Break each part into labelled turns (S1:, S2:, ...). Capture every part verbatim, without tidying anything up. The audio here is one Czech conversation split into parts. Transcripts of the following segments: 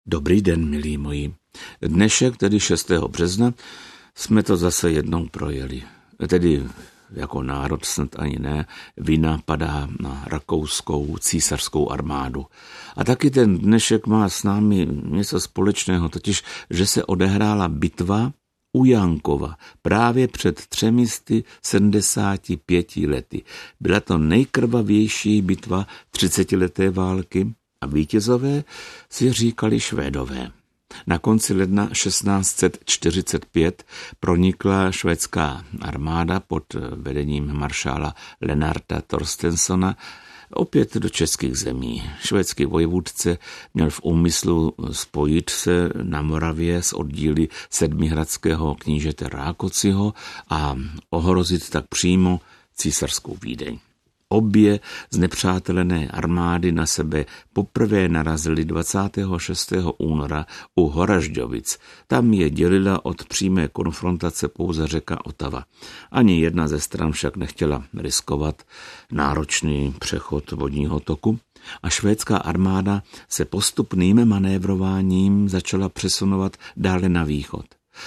S1: Dobrý den, milí moji. Dnešek, tedy šestého března, jsme to zase jednou projeli. Tedy jako národ snad ani ne, vina padá na rakouskou císařskou armádu. A taky ten dnešek má s námi něco společného, totiž, že se odehrála bitva u Jankova právě před třemisty sedmdesáti pěti lety. Byla to nejkrvavější bitva třicetileté války a vítězové si říkali Švédové. Na konci ledna šestnáct set čtyřicet pět pronikla švédská armáda pod vedením maršála Lennarta Torstenssona opět do českých zemí. Švédský vojevůdce měl v úmyslu spojit se na Moravě s oddíly sedmihradského knížete Rákociho a ohrozit tak přímo císařskou Vídeň. Obě znepřátelené armády na sebe poprvé narazily dvacátého šestého února u Horažďovic. Tam je dělila od přímé konfrontace pouze řeka Otava. Ani jedna ze stran však nechtěla riskovat náročný přechod vodního toku a švédská armáda se postupným manévrováním začala přesunovat dále na východ.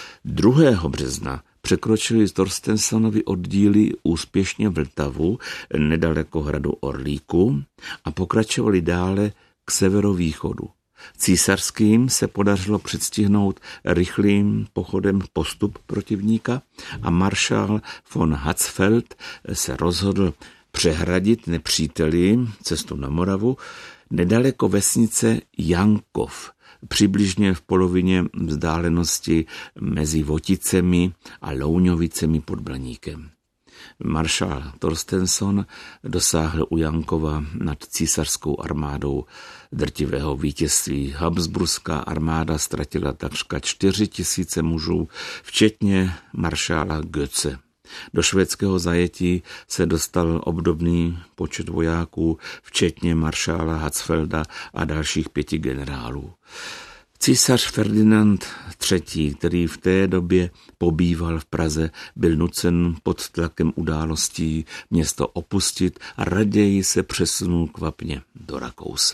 S1: druhého března překročili z Torstenssonovy oddíly úspěšně Vltavu nedaleko hradu Orlíku a pokračovali dále k severovýchodu. Císařským se podařilo předstihnout rychlým pochodem postup protivníka a maršál von Hatzfeld se rozhodl přehradit nepříteli cestu na Moravu nedaleko vesnice Jankov, přibližně v polovině vzdálenosti mezi Voticemi a Louňovicemi pod Blaníkem. Maršál Torstensson dosáhl u Jankova nad císařskou armádou drtivého vítězství. Habsburská armáda ztratila takřka čtyři tisíce mužů, včetně maršála Götze. Do švédského zajetí se dostal obdobný počet vojáků, včetně maršála Hatzfelda a dalších pěti generálů. Císař Ferdinand třetí., který v té době pobýval v Praze, byl nucen pod tlakem událostí město opustit a raději se přesunul kvapně do Rakous.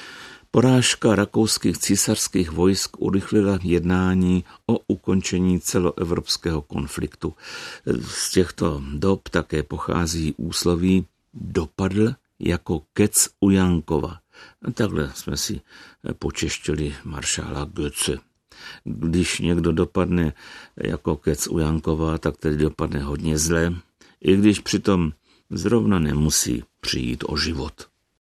S1: Porážka rakouských císařských vojsk urychlila jednání o ukončení celoevropského konfliktu. Z těchto dob také pochází úsloví dopadl jako kec u Jankova. A takhle jsme si počeštili maršála Götze. Když někdo dopadne jako kec u Jankova, tak tedy dopadne hodně zle, i když přitom zrovna nemusí přijít o život.